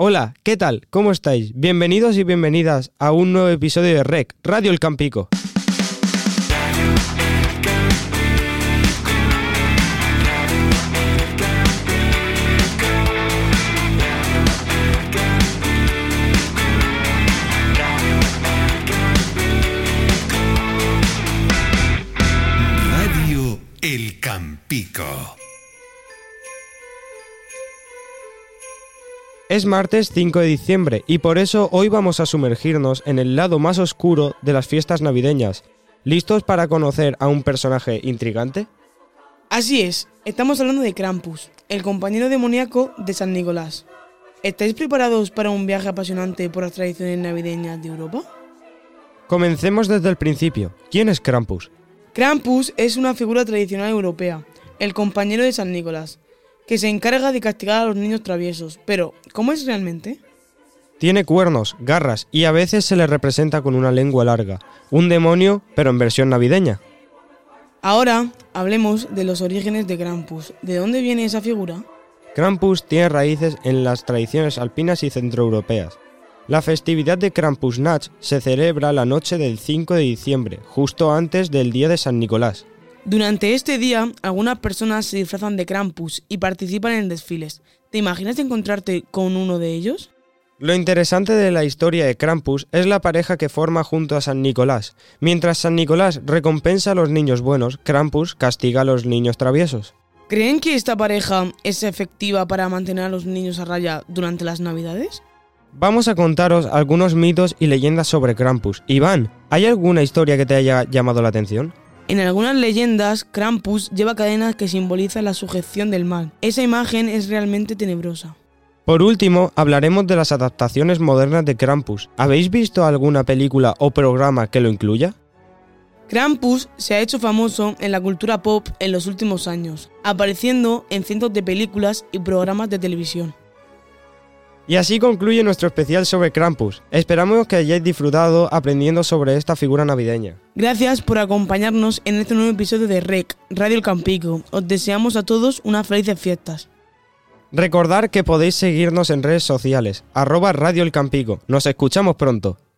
Hola, ¿qué tal? ¿Cómo estáis? Bienvenidos y bienvenidas a un nuevo episodio de REC, Radio El Campico. Radio El Campico. Es martes 5 de diciembre y por eso hoy vamos a sumergirnos en el lado más oscuro de las fiestas navideñas. ¿Listos para conocer a un personaje intrigante? Así es, estamos hablando de Krampus, el compañero demoníaco de San Nicolás. ¿Estáis preparados para un viaje apasionante por las tradiciones navideñas de Europa? Comencemos desde el principio. ¿Quién es Krampus? Krampus es una figura tradicional europea, el compañero de San Nicolás, que se encarga de castigar a los niños traviesos. Pero, ¿cómo es realmente? Tiene cuernos, garras y a veces se le representa con una lengua larga. Un demonio, pero en versión navideña. Ahora, hablemos de los orígenes de Krampus. ¿De dónde viene esa figura? Krampus tiene raíces en las tradiciones alpinas y centroeuropeas. La festividad de Krampusnacht se celebra la noche del 5 de diciembre, justo antes del día de San Nicolás. Durante este día, algunas personas se disfrazan de Krampus y participan en desfiles. ¿Te imaginas encontrarte con uno de ellos? Lo interesante de la historia de Krampus es la pareja que forma junto a San Nicolás. Mientras San Nicolás recompensa a los niños buenos, Krampus castiga a los niños traviesos. ¿Creen que esta pareja es efectiva para mantener a los niños a raya durante las Navidades? Vamos a contaros algunos mitos y leyendas sobre Krampus. Iván, ¿hay alguna historia que te haya llamado la atención? En algunas leyendas, Krampus lleva cadenas que simbolizan la sujeción del mal. Esa imagen es realmente tenebrosa. Por último, hablaremos de las adaptaciones modernas de Krampus. ¿Habéis visto alguna película o programa que lo incluya? Krampus se ha hecho famoso en la cultura pop en los últimos años, apareciendo en cientos de películas y programas de televisión. Y así concluye nuestro especial sobre Krampus. Esperamos que hayáis disfrutado aprendiendo sobre esta figura navideña. Gracias por acompañarnos en este nuevo episodio de REC, Radio El Campico. Os deseamos a todos unas felices fiestas. Recordad que podéis seguirnos en redes sociales, @Radio El Campico. Nos escuchamos pronto.